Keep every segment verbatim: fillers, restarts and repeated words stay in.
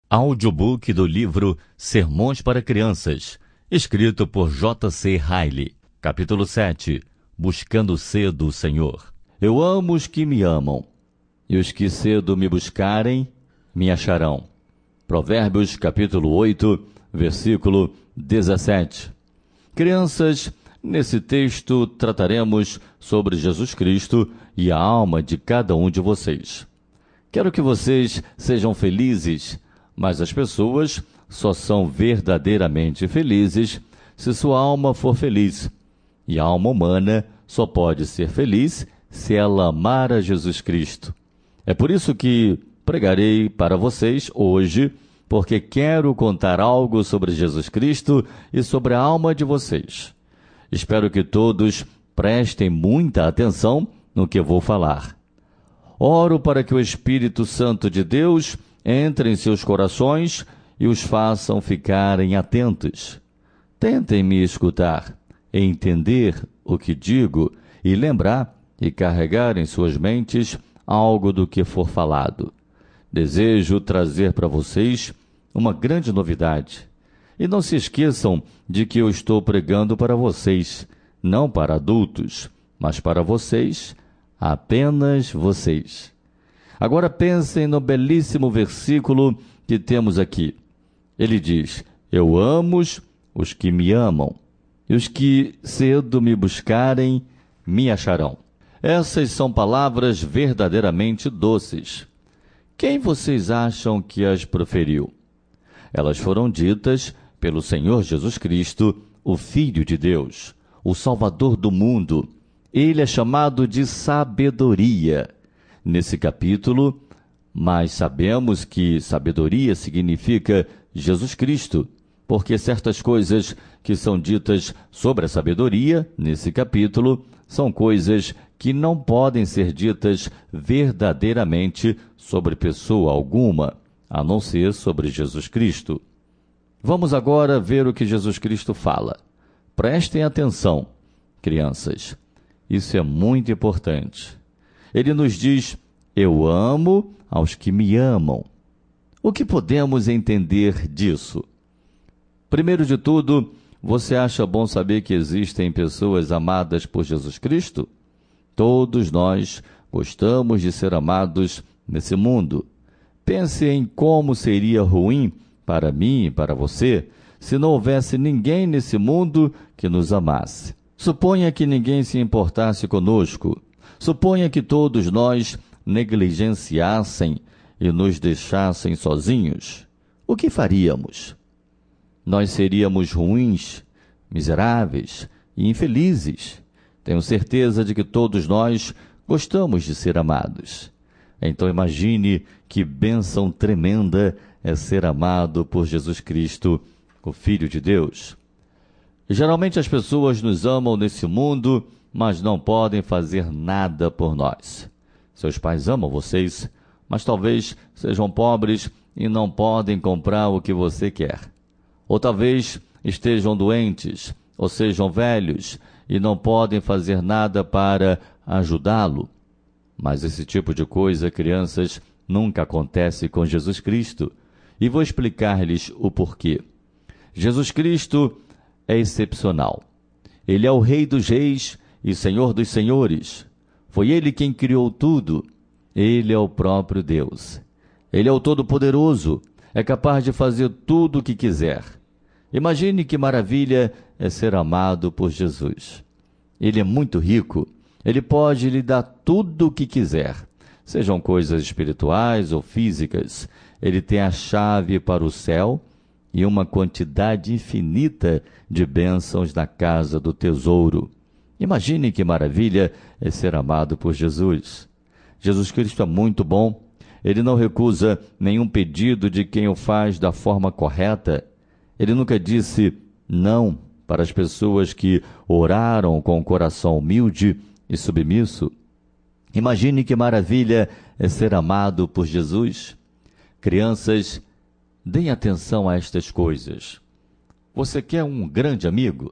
Audiobook do livro Sermões para Crianças, escrito por J C Riley. Capítulo sete. Buscando cedo o Senhor. Eu amo os que me amam, e os que cedo me buscarem, me acharão. Provérbios, capítulo oito, versículo dezessete. Crianças, nesse texto trataremos sobre Jesus Cristo e a alma de cada um de vocês. Quero que vocês sejam felizes, mas as pessoas só são verdadeiramente felizes se sua alma for feliz. E a alma humana só pode ser feliz se ela amar a Jesus Cristo. É por isso que pregarei para vocês hoje, porque quero contar algo sobre Jesus Cristo e sobre a alma de vocês. Espero que todos prestem muita atenção no que vou falar. Oro para que o Espírito Santo de Deus entre em seus corações e os façam ficarem atentos. Tentem me escutar, entender o que digo e lembrar e carregar em suas mentes algo do que for falado. Desejo trazer para vocês uma grande novidade. E não se esqueçam de que eu estou pregando para vocês, não para adultos, mas para vocês, apenas vocês. Agora pensem no belíssimo versículo que temos aqui. Ele diz: Eu amo os que me amam, e os que cedo me buscarem, me acharão. Essas são palavras verdadeiramente doces. Quem vocês acham que as proferiu? Elas foram ditas pelo Senhor Jesus Cristo, o Filho de Deus, o Salvador do mundo. Ele é chamado de sabedoria nesse capítulo, mas sabemos que sabedoria significa Jesus Cristo, porque certas coisas que são ditas sobre a sabedoria nesse capítulo são coisas que não podem ser ditas verdadeiramente sobre pessoa alguma, a não ser sobre Jesus Cristo. Vamos agora ver o que Jesus Cristo fala. Prestem atenção, crianças. Isso é muito importante. Ele nos diz: eu amo aos que me amam. O que podemos entender disso? Primeiro de tudo, você acha bom saber que existem pessoas amadas por Jesus Cristo? Todos nós gostamos de ser amados nesse mundo. Pense em como seria ruim para mim e para você se não houvesse ninguém nesse mundo que nos amasse. Suponha que ninguém se importasse conosco. Suponha que todos nós negligenciassem e nos deixassem sozinhos. O que faríamos? Nós seríamos ruins, miseráveis e infelizes. Tenho certeza de que todos nós gostamos de ser amados. Então imagine que bênção tremenda é ser amado por Jesus Cristo, o Filho de Deus. Geralmente as pessoas nos amam nesse mundo, mas não podem fazer nada por nós. Seus pais amam vocês, mas talvez sejam pobres e não podem comprar o que você quer. Ou talvez estejam doentes, ou sejam velhos e não podem fazer nada para ajudá-lo. Mas esse tipo de coisa, crianças, nunca acontece com Jesus Cristo. E vou explicar-lhes o porquê. Jesus Cristo é excepcional. Ele é o Rei dos Reis e Senhor dos Senhores. Foi Ele quem criou tudo. Ele é o próprio Deus. Ele é o Todo-Poderoso. É capaz de fazer tudo o que quiser. Imagine que maravilha é ser amado por Jesus. Ele é muito rico. Ele pode lhe dar tudo o que quiser, sejam coisas espirituais ou físicas. Ele tem a chave para o céu e uma quantidade infinita de bênçãos na casa do tesouro. Imagine que maravilha é ser amado por Jesus. Jesus Cristo é muito bom. Ele não recusa nenhum pedido de quem o faz da forma correta. Ele nunca disse não para as pessoas que oraram com o coração humilde e submisso. Imagine que maravilha é ser amado por Jesus. Crianças, deem atenção a estas coisas. Você quer um grande amigo?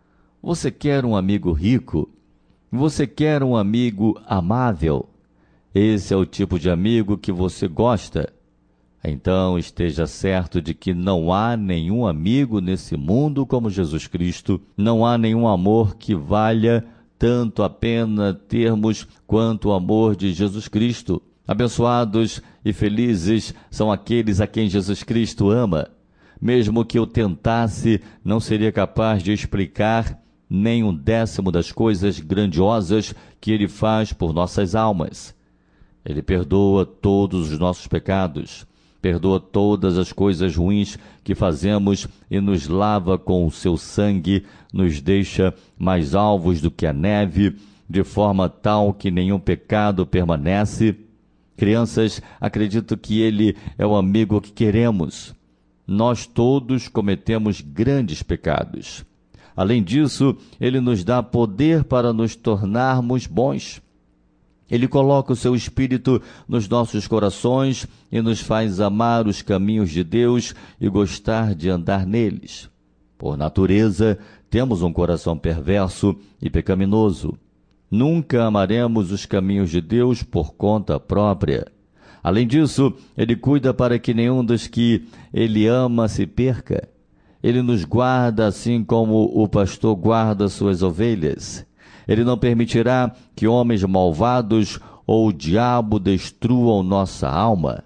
Você quer um amigo rico? Você quer um amigo amável? Esse é o tipo de amigo que você gosta. Então esteja certo de que não há nenhum amigo nesse mundo como Jesus Cristo, não há nenhum amor que valha tanto a pena termos quanto o amor de Jesus Cristo. Abençoados e felizes são aqueles a quem Jesus Cristo ama. Mesmo que eu tentasse, não seria capaz de explicar nem um décimo das coisas grandiosas que Ele faz por nossas almas. Ele perdoa todos os nossos pecados, perdoa todas as coisas ruins que fazemos e nos lava com o seu sangue, nos deixa mais alvos do que a neve, de forma tal que nenhum pecado permanece. Crianças, acredito que Ele é o amigo que queremos. Nós todos cometemos grandes pecados. Além disso, Ele nos dá poder para nos tornarmos bons. Ele coloca o seu Espírito nos nossos corações e nos faz amar os caminhos de Deus e gostar de andar neles. Por natureza, temos um coração perverso e pecaminoso. Nunca amaremos os caminhos de Deus por conta própria. Além disso, Ele cuida para que nenhum dos que Ele ama se perca. Ele nos guarda assim como o pastor guarda suas ovelhas. Ele não permitirá que homens malvados ou o diabo destruam nossa alma.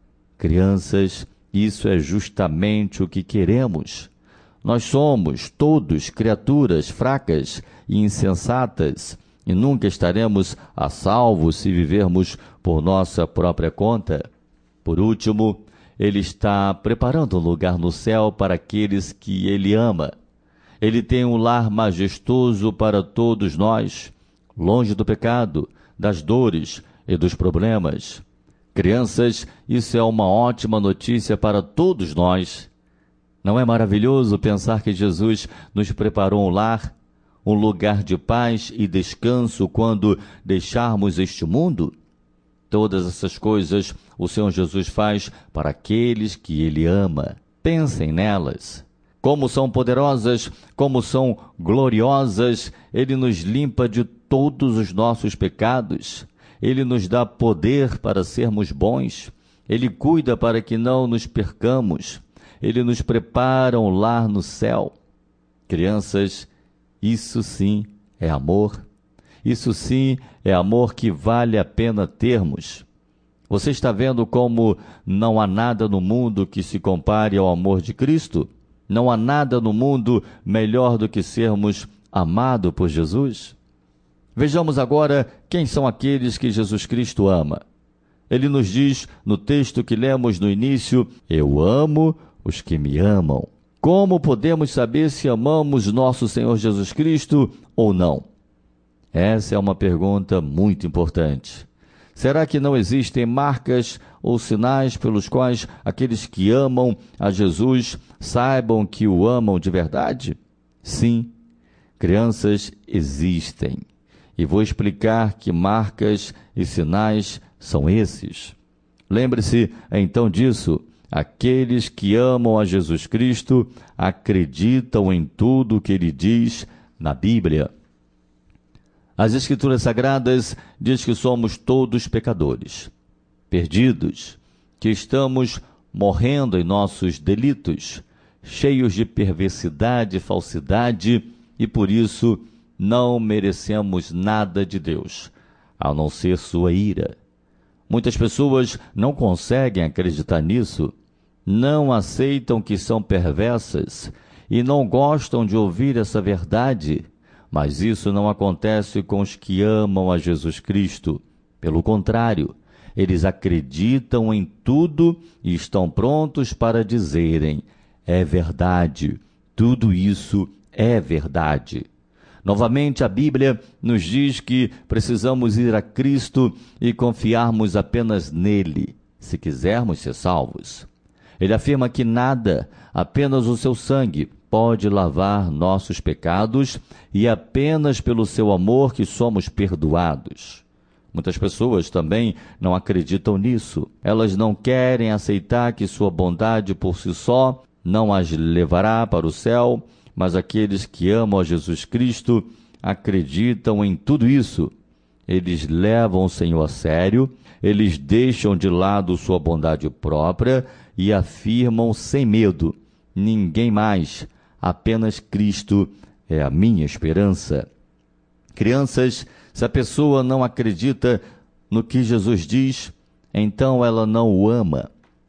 Crianças, isso é justamente o que queremos. Nós somos todos criaturas fracas e insensatas e nunca estaremos a salvo se vivermos por nossa própria conta. Por último, Ele está preparando um lugar no céu para aqueles que Ele ama. Ele tem um lar majestoso para todos nós, longe do pecado, das dores e dos problemas. Crianças, isso é uma ótima notícia para todos nós. Não é maravilhoso pensar que Jesus nos preparou um lar, um lugar de paz e descanso quando deixarmos este mundo? Todas essas coisas o Senhor Jesus faz para aqueles que Ele ama. Pensem nelas. Como são poderosas, como são gloriosas, Ele nos limpa de todos os nossos pecados. Ele nos dá poder para sermos bons. Ele cuida para que não nos percamos. Ele nos prepara um lar no céu. Crianças, isso sim é amor. Isso sim é amor que vale a pena termos. Você está vendo como não há nada no mundo que se compare ao amor de Cristo? Não há nada no mundo melhor do que sermos amados por Jesus? Vejamos agora quem são aqueles que Jesus Cristo ama. Ele nos diz no texto que lemos no início: eu amo os que me amam. Como podemos saber se amamos nosso Senhor Jesus Cristo ou não? Essa é uma pergunta muito importante. Será que não existem marcas ou sinais pelos quais aqueles que amam a Jesus saibam que o amam de verdade? Sim, crianças, existem. E vou explicar que marcas e sinais são esses. Lembre-se então disso. Aqueles que amam a Jesus Cristo acreditam em tudo o que Ele diz na Bíblia. As Escrituras Sagradas diz que somos todos pecadores, perdidos, que estamos morrendo em nossos delitos, cheios de perversidade e falsidade, e por isso não merecemos nada de Deus, a não ser sua ira. Muitas pessoas não conseguem acreditar nisso, não aceitam que são perversas e não gostam de ouvir essa verdade. Mas isso não acontece com os que amam a Jesus Cristo. Pelo contrário, eles acreditam em tudo e estão prontos para dizerem: é verdade, tudo isso é verdade. Novamente, a Bíblia nos diz que precisamos ir a Cristo e confiarmos apenas nele, se quisermos ser salvos. Ele afirma que nada, apenas o seu sangue, pode lavar nossos pecados e apenas pelo seu amor que somos perdoados. Muitas pessoas também não acreditam nisso. Elas não querem aceitar que sua bondade por si só não as levará para o céu, mas aqueles que amam a Jesus Cristo acreditam em tudo isso. Eles levam o Senhor a sério, eles deixam de lado sua bondade própria e afirmam sem medo: ninguém mais, apenas Cristo é a minha esperança. Crianças, se a pessoa não acredita no que Jesus diz, então ela não o ama.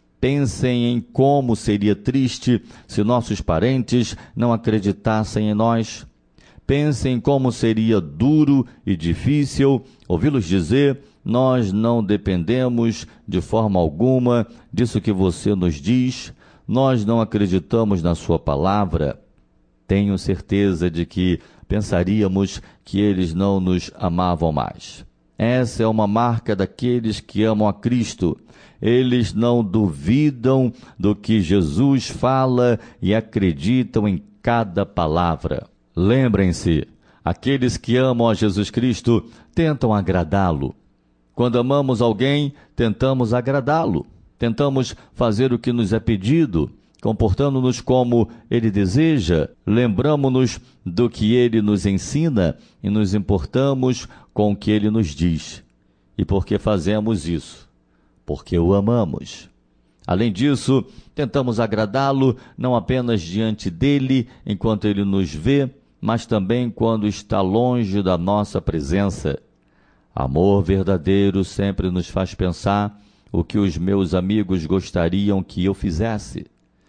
Pensem em como seria triste se nossos parentes não acreditassem em nós. Pensem como seria duro e difícil ouvi-los dizer: nós não dependemos de forma alguma disso que você nos diz, nós não acreditamos na sua palavra. Tenho certeza de que pensaríamos que eles não nos amavam mais. Essa é uma marca daqueles que amam a Cristo. Eles não duvidam do que Jesus fala e acreditam em cada palavra. Lembrem-se, aqueles que amam a Jesus Cristo tentam agradá-lo. Quando amamos alguém, tentamos agradá-lo. Tentamos fazer o que nos é pedido, comportando-nos como ele deseja, lembramo-nos do que ele nos ensina e nos importamos com o que ele nos diz. E por que fazemos isso? Porque o amamos. Além disso, tentamos agradá-lo não apenas diante dele, enquanto ele nos vê, mas também quando está longe da nossa presença. Amor verdadeiro sempre nos faz pensar o que os meus amigos gostariam que eu fizesse.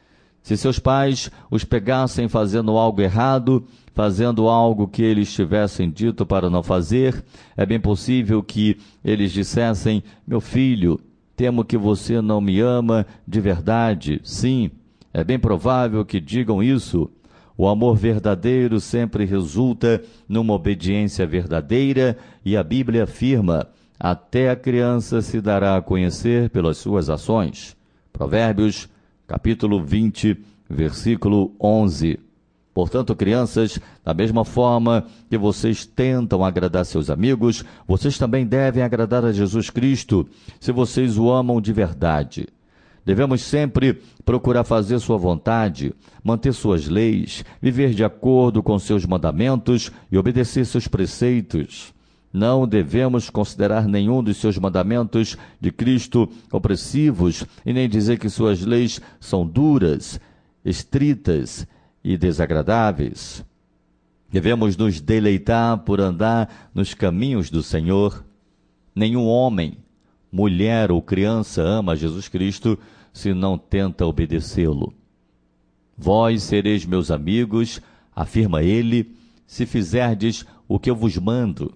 Se seus pais os pegassem fazendo algo errado, fazendo algo que eles tivessem dito para não fazer, é bem possível que eles dissessem: meu filho, temo que você não me ama de verdade. Sim, é bem provável que digam isso. O amor verdadeiro sempre resulta numa obediência verdadeira e a Bíblia afirma: até a criança se dará a conhecer pelas suas ações. Provérbios, capítulo vinte, versículo onze. Portanto, crianças, da mesma forma que vocês tentam agradar seus amigos, vocês também devem agradar a Jesus Cristo, se vocês o amam de verdade. Devemos sempre procurar fazer sua vontade, manter suas leis, viver de acordo com seus mandamentos e obedecer seus preceitos. Não devemos considerar nenhum dos seus mandamentos de Cristo opressivos e nem dizer que suas leis são duras, estritas e desagradáveis. Devemos nos deleitar por andar nos caminhos do Senhor. Nenhum homem, mulher ou criança ama Jesus Cristo se não tenta obedecê-lo. Vós sereis meus amigos, afirma ele, se fizerdes o que eu vos mando.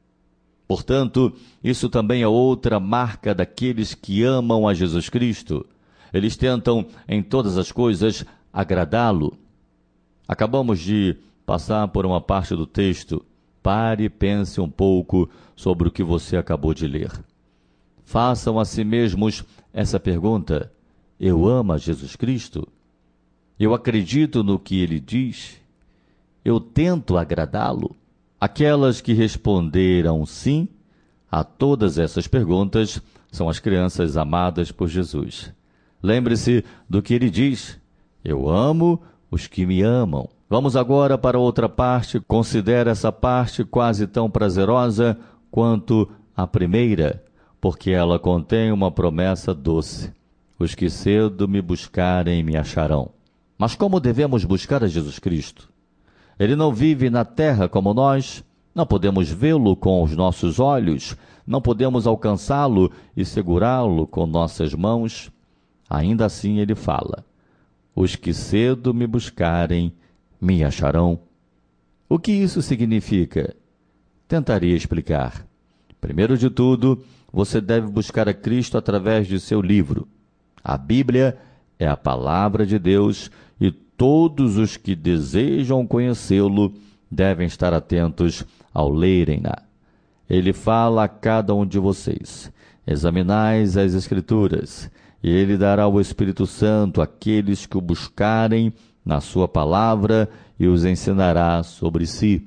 Portanto, isso também é outra marca daqueles que amam a Jesus Cristo. Eles tentam, em todas as coisas, agradá-lo. Acabamos de passar por uma parte do texto. Pare e pense um pouco sobre o que você acabou de ler. Façam a si mesmos essa pergunta: eu amo a Jesus Cristo? Eu acredito no que ele diz? Eu tento agradá-lo? Aquelas que responderam sim a todas essas perguntas são as crianças amadas por Jesus. Lembre-se do que ele diz: eu amo os que me amam. Vamos agora para outra parte. Considere essa parte quase tão prazerosa quanto a primeira, porque ela contém uma promessa doce. Os que cedo me buscarem me acharão. Mas como devemos buscar a Jesus Cristo? Ele não vive na terra como nós, não podemos vê-lo com os nossos olhos, não podemos alcançá-lo e segurá-lo com nossas mãos. Ainda assim ele fala: os que cedo me buscarem me acharão. O que isso significa? Tentarei explicar. Primeiro de tudo, você deve buscar a Cristo através de seu livro. A Bíblia é a palavra de Deus e todos os que desejam conhecê-lo devem estar atentos ao lerem-na. Ele fala a cada um de vocês: examinais as Escrituras, e ele dará o Espírito Santo àqueles que o buscarem na sua palavra e os ensinará sobre si.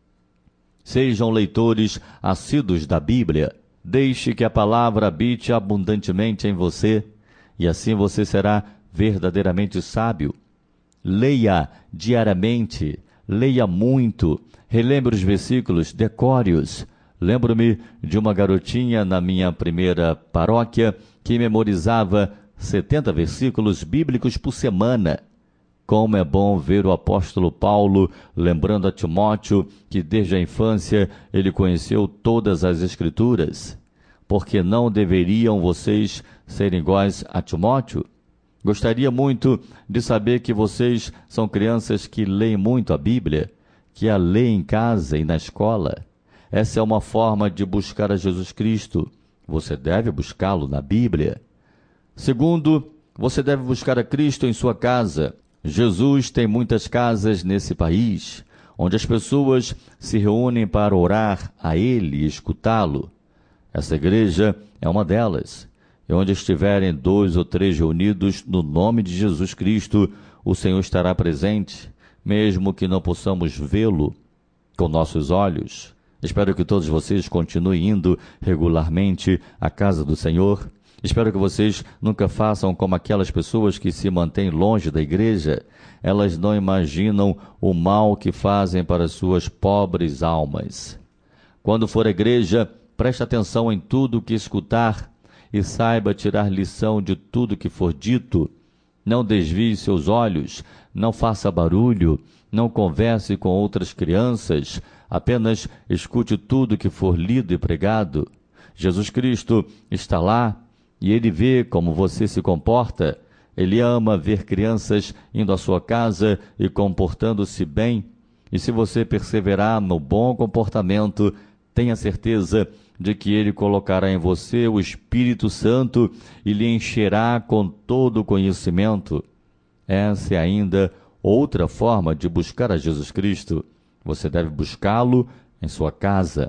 Sejam leitores assíduos da Bíblia. Deixe que a palavra habite abundantemente em você, e assim você será verdadeiramente sábio. Leia diariamente, leia muito, relembre os versículos, decore-os, Lembro-me de uma garotinha na minha primeira paróquia que memorizava setenta versículos bíblicos por semana. Como é bom ver o apóstolo Paulo lembrando a Timóteo que desde a infância ele conheceu todas as Escrituras. Porque não deveriam vocês serem iguais a Timóteo? Gostaria muito de saber que vocês são crianças que leem muito a Bíblia, que a leem em casa e na escola. Essa é uma forma de buscar a Jesus Cristo. Você deve buscá-lo na Bíblia. Segundo, você deve buscar a Cristo em sua casa. Jesus tem muitas casas nesse país, onde as pessoas se reúnem para orar a Ele e escutá-lo. Essa igreja é uma delas. E onde estiverem dois ou três reunidos no nome de Jesus Cristo, o Senhor estará presente, mesmo que não possamos vê-lo com nossos olhos. Espero que todos vocês continuem indo regularmente à casa do Senhor. Espero que vocês nunca façam como aquelas pessoas que se mantêm longe da igreja. Elas não imaginam o mal que fazem para suas pobres almas. Quando for à igreja, preste atenção em tudo o que escutar e saiba tirar lição de tudo que for dito. Não desvie seus olhos, não faça barulho, não converse com outras crianças, apenas escute tudo que for lido e pregado. Jesus Cristo está lá e Ele vê como você se comporta. Ele ama ver crianças indo à sua casa e comportando-se bem. E se você perseverar no bom comportamento, tenha certeza de que Ele colocará em você o Espírito Santo e lhe encherá com todo o conhecimento. Essa é ainda outra forma de buscar a Jesus Cristo. Você deve buscá-lo em sua casa.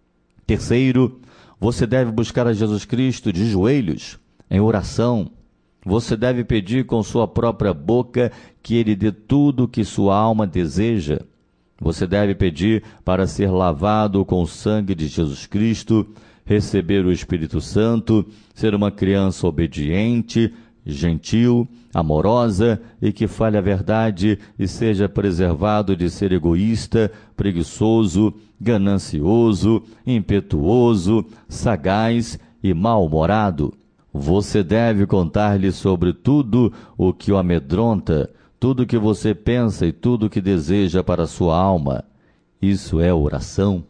Terceiro, você deve buscar a Jesus Cristo de joelhos, em oração. Você deve pedir com sua própria boca que Ele dê tudo o que sua alma deseja. Você deve pedir para ser lavado com o sangue de Jesus Cristo, receber o Espírito Santo, ser uma criança obediente, gentil, amorosa e que fale a verdade e seja preservado de ser egoísta, preguiçoso, ganancioso, impetuoso, sagaz e mal-humorado. Você deve contar-lhe sobre tudo o que o amedronta, tudo o que você pensa e tudo o que deseja para a sua alma. Isso é oração.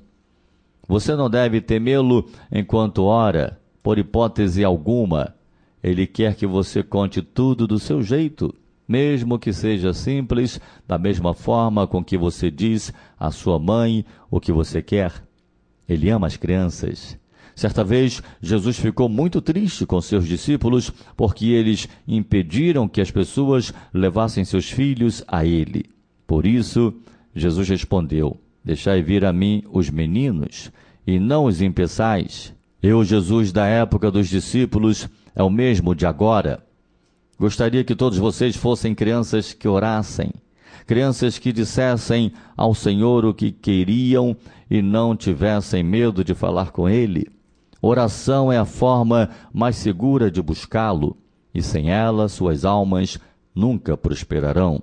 Você não deve temê-lo enquanto ora, por hipótese alguma. Ele quer que você conte tudo do seu jeito, mesmo que seja simples, da mesma forma com que você diz à sua mãe o que você quer. Ele ama as crianças. Certa vez, Jesus ficou muito triste com seus discípulos porque eles impediram que as pessoas levassem seus filhos a ele. Por isso, Jesus respondeu: deixai vir a mim os meninos e não os impeçais. Eu, Jesus da época dos discípulos, é o mesmo de agora. Gostaria que todos vocês fossem crianças que orassem, crianças que dissessem ao Senhor o que queriam e não tivessem medo de falar com Ele. Oração é a forma mais segura de buscá-lo, e sem ela suas almas nunca prosperarão.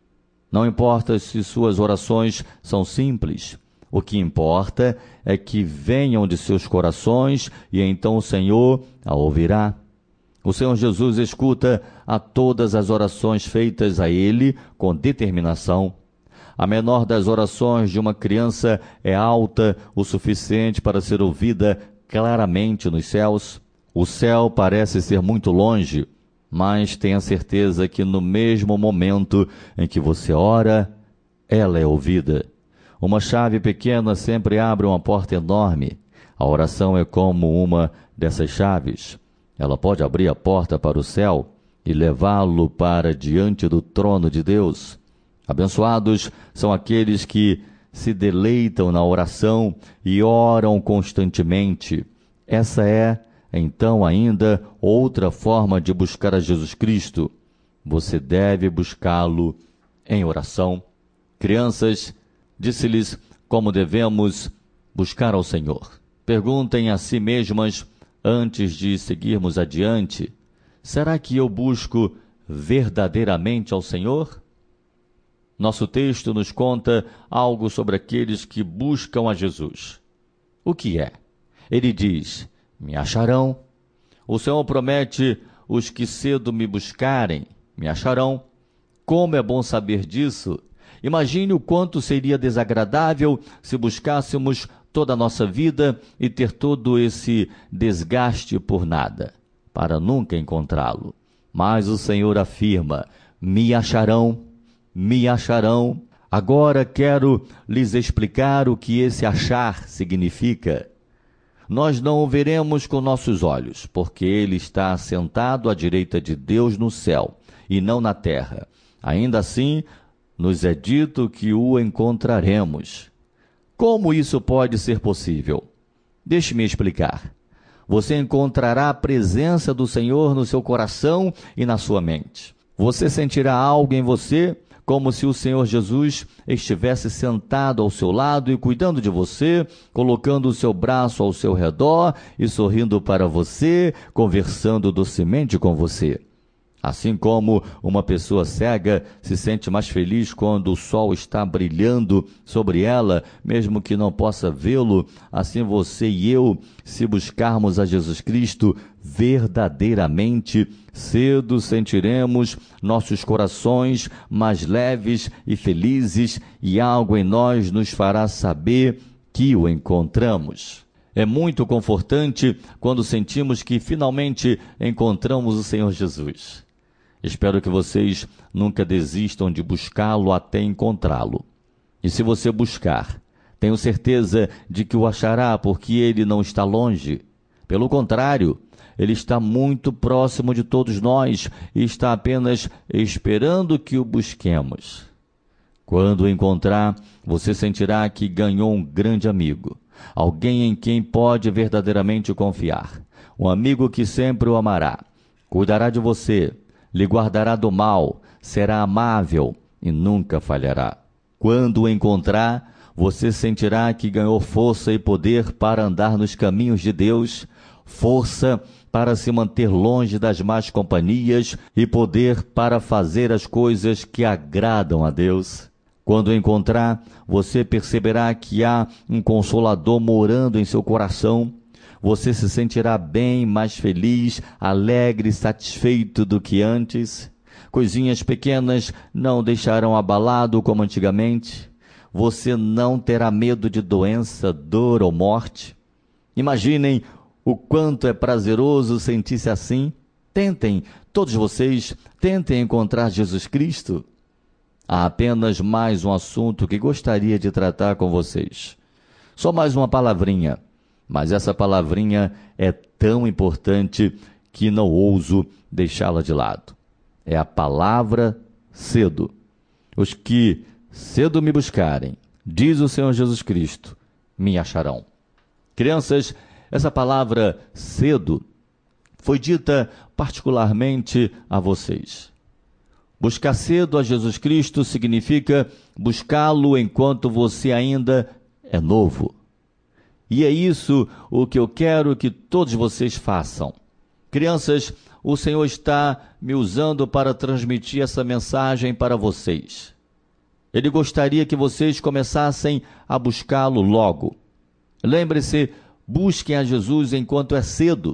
Não importa se suas orações são simples, o que importa é que venham de seus corações e então o Senhor a ouvirá. O Senhor Jesus escuta a todas as orações feitas a Ele com determinação. A menor das orações de uma criança é alta o suficiente para ser ouvida claramente nos céus. O céu parece ser muito longe, mas tenha certeza que no mesmo momento em que você ora, ela é ouvida. Uma chave pequena sempre abre uma porta enorme. A oração é como uma dessas chaves. Ela pode abrir a porta para o céu e levá-lo para diante do trono de Deus. Abençoados são aqueles que se deleitam na oração e oram constantemente. Essa é, então, ainda outra forma de buscar a Jesus Cristo. Você deve buscá-lo em oração. Crianças, disse-lhes como devemos buscar ao Senhor. Perguntem a si mesmas, antes de seguirmos adiante: será que eu busco verdadeiramente ao Senhor? Nosso texto nos conta algo sobre aqueles que buscam a Jesus. O que é? Ele diz: me acharão. O Senhor promete: os que cedo me buscarem, me acharão. Como é bom saber disso! Imagine o quanto seria desagradável se buscássemos toda a nossa vida e ter todo esse desgaste por nada, para nunca encontrá-lo. Mas o Senhor afirma: me acharão, me acharão. Agora quero lhes explicar o que esse achar significa. Nós não o veremos com nossos olhos, porque ele está sentado à direita de Deus no céu e não na terra. Ainda assim, nos é dito que o encontraremos. Como isso pode ser possível? Deixe-me explicar. Você encontrará a presença do Senhor no seu coração e na sua mente. Você sentirá algo em você, como se o Senhor Jesus estivesse sentado ao seu lado e cuidando de você, colocando o seu braço ao seu redor e sorrindo para você, conversando docemente com você. Assim como uma pessoa cega se sente mais feliz quando o sol está brilhando sobre ela, mesmo que não possa vê-lo, assim você e eu, se buscarmos a Jesus Cristo verdadeiramente, cedo sentiremos nossos corações mais leves e felizes, e algo em nós nos fará saber que o encontramos. É muito confortante quando sentimos que finalmente encontramos o Senhor Jesus. Espero que vocês nunca desistam de buscá-lo até encontrá-lo. E se você buscar, tenho certeza de que o achará, porque ele não está longe. Pelo contrário, ele está muito próximo de todos nós e está apenas esperando que o busquemos. Quando o encontrar, você sentirá que ganhou um grande amigo, alguém em quem pode verdadeiramente confiar, um amigo que sempre o amará, cuidará de você, lhe guardará do mal, será amável e nunca falhará. Quando o encontrar, você sentirá que ganhou força e poder para andar nos caminhos de Deus, força para se manter longe das más companhias e poder para fazer as coisas que agradam a Deus. Quando o encontrar, você perceberá que há um Consolador morando em seu coração. Você se sentirá bem, mais feliz, alegre e satisfeito do que antes. Coisinhas pequenas não deixarão abalado como antigamente. Você não terá medo de doença, dor ou morte. Imaginem o quanto é prazeroso sentir-se assim. Tentem, todos vocês, tentem encontrar Jesus Cristo. Há apenas mais um assunto que gostaria de tratar com vocês. Só mais uma palavrinha. Mas essa palavrinha é tão importante que não ouso deixá-la de lado. É a palavra cedo. Os que cedo me buscarem, diz o Senhor Jesus Cristo, me acharão. Crianças, essa palavra cedo foi dita particularmente a vocês. Buscar cedo a Jesus Cristo significa buscá-lo enquanto você ainda é novo. E é isso o que eu quero que todos vocês façam. Crianças, o Senhor está me usando para transmitir essa mensagem para vocês. Ele gostaria que vocês começassem a buscá-lo logo. Lembre-se, busquem a Jesus enquanto é cedo.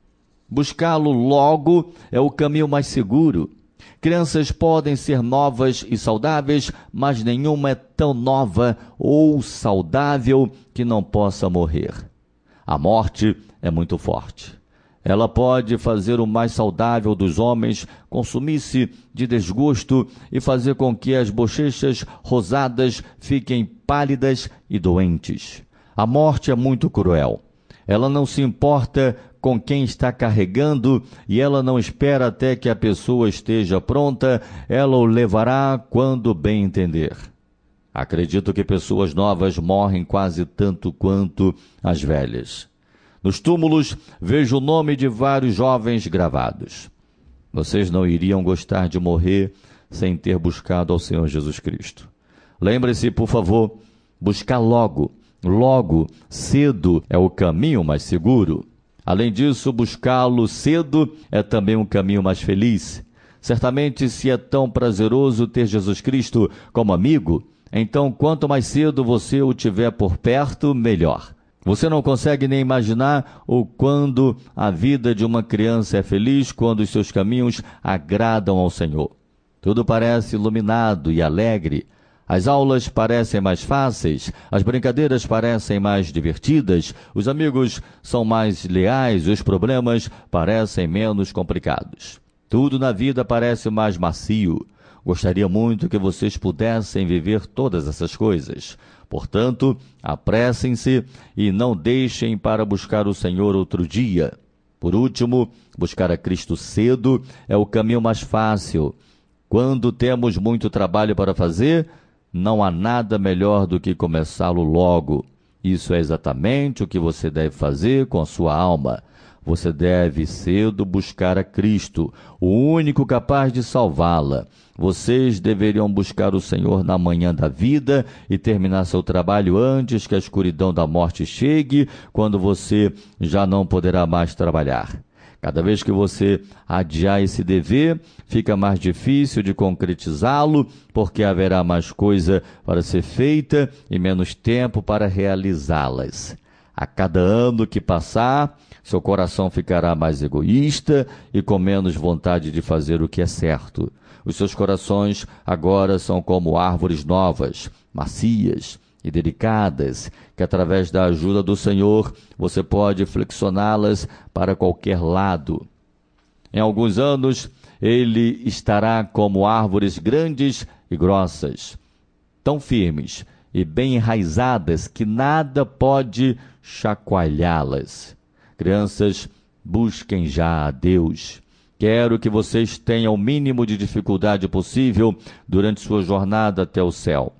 Buscá-lo logo é o caminho mais seguro. Crianças podem ser novas e saudáveis, mas nenhuma é tão nova ou saudável que não possa morrer. A morte é muito forte. Ela pode fazer o mais saudável dos homens consumir-se de desgosto e fazer com que as bochechas rosadas fiquem pálidas e doentes. A morte é muito cruel. Ela não se importa com quem está carregando e ela não espera até que a pessoa esteja pronta, ela o levará quando bem entender. Acredito que pessoas novas morrem quase tanto quanto as velhas. Nos túmulos, vejo o nome de vários jovens gravados. Vocês não iriam gostar de morrer sem ter buscado ao Senhor Jesus Cristo. Lembre-se, por favor, buscar logo, logo, cedo é o caminho mais seguro. Além disso, buscá-lo cedo é também um caminho mais feliz. Certamente, se é tão prazeroso ter Jesus Cristo como amigo, então quanto mais cedo você o tiver por perto, melhor. Você não consegue nem imaginar o quando a vida de uma criança é feliz, quando os seus caminhos agradam ao Senhor. Tudo parece iluminado e alegre. As aulas parecem mais fáceis, as brincadeiras parecem mais divertidas, os amigos são mais leais, os problemas parecem menos complicados. Tudo na vida parece mais macio. Gostaria muito que vocês pudessem viver todas essas coisas. Portanto, apressem-se e não deixem para buscar o Senhor outro dia. Por último, buscar a Cristo cedo é o caminho mais fácil. Quando temos muito trabalho para fazer, não há nada melhor do que começá-lo logo. Isso é exatamente o que você deve fazer com a sua alma. Você deve cedo buscar a Cristo, o único capaz de salvá-la. Vocês deveriam buscar o Senhor na manhã da vida e terminar seu trabalho antes que a escuridão da morte chegue, quando você já não poderá mais trabalhar. Cada vez que você adiar esse dever, fica mais difícil de concretizá-lo, porque haverá mais coisa para ser feita e menos tempo para realizá-las. A cada ano que passar, seu coração ficará mais egoísta e com menos vontade de fazer o que é certo. Os seus corações agora são como árvores novas, macias e delicadas, que através da ajuda do Senhor você pode flexioná-las para qualquer lado. Em alguns anos, ele estará como árvores grandes e grossas, tão firmes e bem enraizadas que nada pode chacoalhá-las. Crianças, busquem já a Deus. Quero que vocês tenham o mínimo de dificuldade possível durante sua jornada até o céu.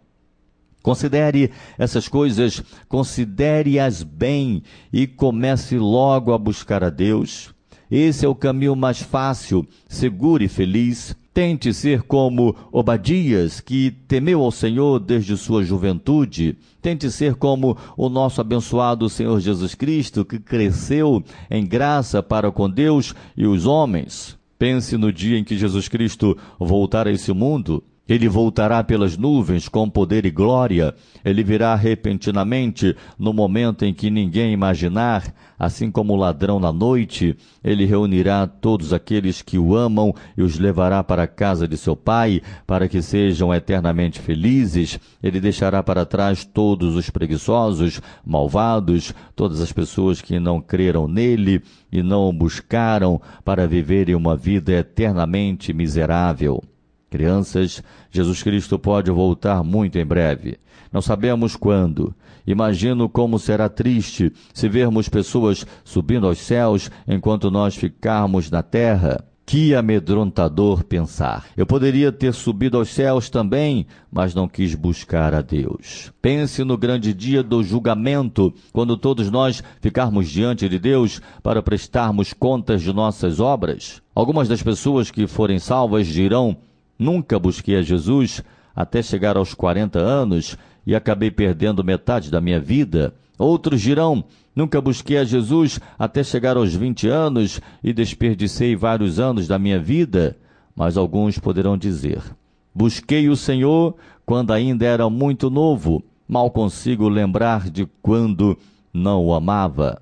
Considere essas coisas, considere-as bem e comece logo a buscar a Deus. Esse é o caminho mais fácil, seguro e feliz. Tente ser como Obadias, que temeu ao Senhor desde sua juventude. Tente ser como o nosso abençoado Senhor Jesus Cristo, que cresceu em graça para com Deus e os homens. Pense no dia em que Jesus Cristo voltar a esse mundo. Ele voltará pelas nuvens com poder e glória. Ele virá repentinamente no momento em que ninguém imaginar. Assim como o ladrão na noite, ele reunirá todos aqueles que o amam e os levará para a casa de seu Pai, para que sejam eternamente felizes. Ele deixará para trás todos os preguiçosos, malvados, todas as pessoas que não creram nele e não o buscaram para viverem uma vida eternamente miserável. Crianças, Jesus Cristo pode voltar muito em breve. Não sabemos quando. Imagino como será triste se vermos pessoas subindo aos céus enquanto nós ficarmos na terra. Que amedrontador pensar. Eu poderia ter subido aos céus também, mas não quis buscar a Deus. Pense no grande dia do julgamento, quando todos nós ficarmos diante de Deus para prestarmos contas de nossas obras. Algumas das pessoas que forem salvas dirão: nunca busquei a Jesus até chegar aos quarenta anos e acabei perdendo metade da minha vida. Outros dirão: nunca busquei a Jesus até chegar aos vinte anos e desperdicei vários anos da minha vida. Mas alguns poderão dizer: busquei o Senhor quando ainda era muito novo, mal consigo lembrar de quando não o amava.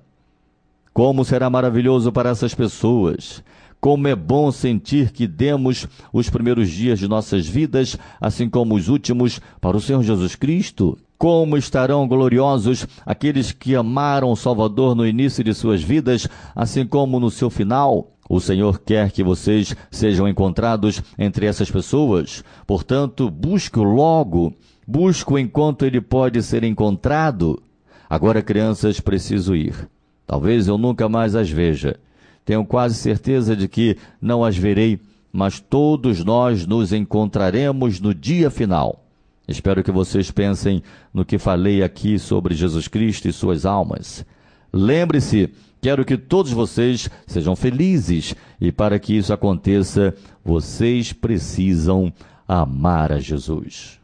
Como será maravilhoso para essas pessoas! Como é bom sentir que demos os primeiros dias de nossas vidas, assim como os últimos, para o Senhor Jesus Cristo. Como estarão gloriosos aqueles que amaram o Salvador no início de suas vidas, assim como no seu final. O Senhor quer que vocês sejam encontrados entre essas pessoas. Portanto, busque-o logo. Busque-o enquanto ele pode ser encontrado. Agora, crianças, preciso ir. Talvez eu nunca mais as veja. Tenho quase certeza de que não as verei, mas todos nós nos encontraremos no dia final. Espero que vocês pensem no que falei aqui sobre Jesus Cristo e suas almas. Lembre-se, quero que todos vocês sejam felizes, e para que isso aconteça, vocês precisam amar a Jesus.